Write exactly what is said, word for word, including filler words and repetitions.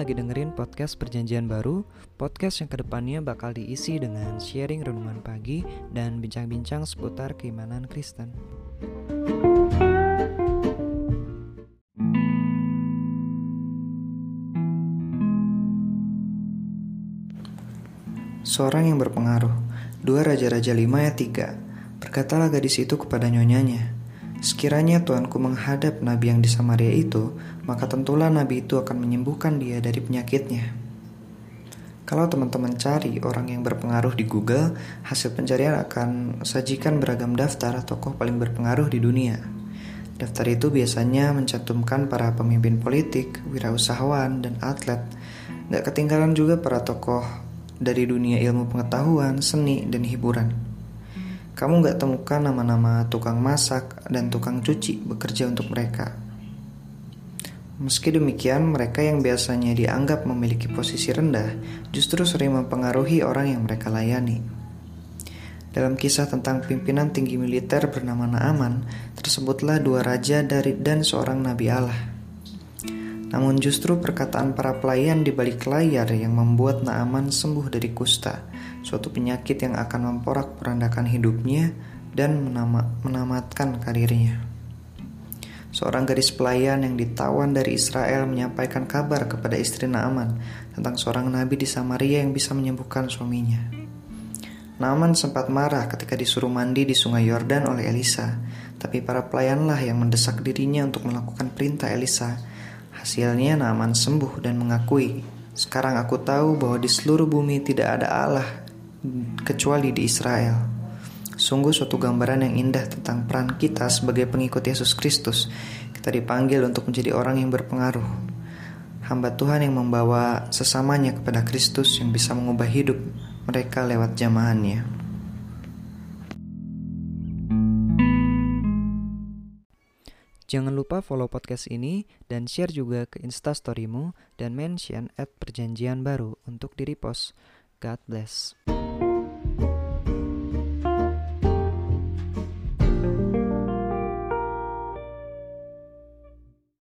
lagi dengerin podcast Perjanjian Baru, podcast yang kedepannya bakal diisi dengan sharing renungan pagi dan bincang-bincang seputar keimanan Kristen. Seorang yang berpengaruh, dua Raja-Raja lima ayat tiga. Berkatalah gadis itu kepada nyonyanya, sekiranya tuanku menghadap nabi yang di Samaria itu, maka tentulah nabi itu akan menyembuhkan dia dari penyakitnya. Kalau teman-teman cari orang yang berpengaruh di Google, hasil pencarian akan sajikan beragam daftar tokoh paling berpengaruh di dunia. Daftar itu biasanya mencantumkan para pemimpin politik, wirausahawan, dan atlet. Gak ketinggalan juga para tokoh dari dunia ilmu pengetahuan, seni, dan hiburan. Kamu gak temukan nama-nama tukang masak dan tukang cuci bekerja untuk mereka. Meski demikian, mereka yang biasanya dianggap memiliki posisi rendah justru sering mempengaruhi orang yang mereka layani. Dalam kisah tentang pimpinan tinggi militer bernama Naaman, tersebutlah dua raja dari dan seorang nabi Allah. Namun justru perkataan para pelayan di balik layar yang membuat Naaman sembuh dari kusta, suatu penyakit yang akan memporak-porandakan hidupnya dan menama, menamatkan karirnya. Seorang gadis pelayan yang ditawan dari Israel menyampaikan kabar kepada istri Naaman tentang seorang nabi di Samaria yang bisa menyembuhkan suaminya. Naaman sempat marah ketika disuruh mandi di sungai Yordan oleh Elisa, tapi para pelayanlah yang mendesak dirinya untuk melakukan perintah Elisa. Hasilnya Naaman sembuh dan mengakui, sekarang aku tahu bahwa di seluruh bumi tidak ada Allah kecuali di Israel. Sungguh suatu gambaran yang indah tentang peran kita sebagai pengikut Yesus Kristus. Kita dipanggil untuk menjadi orang yang berpengaruh, hamba Tuhan yang membawa sesamanya kepada Kristus yang bisa mengubah hidup mereka lewat jamahannya. Jangan lupa follow podcast ini dan share juga ke Instastorymu dan mention at perjanjian baru untuk di repost. God bless.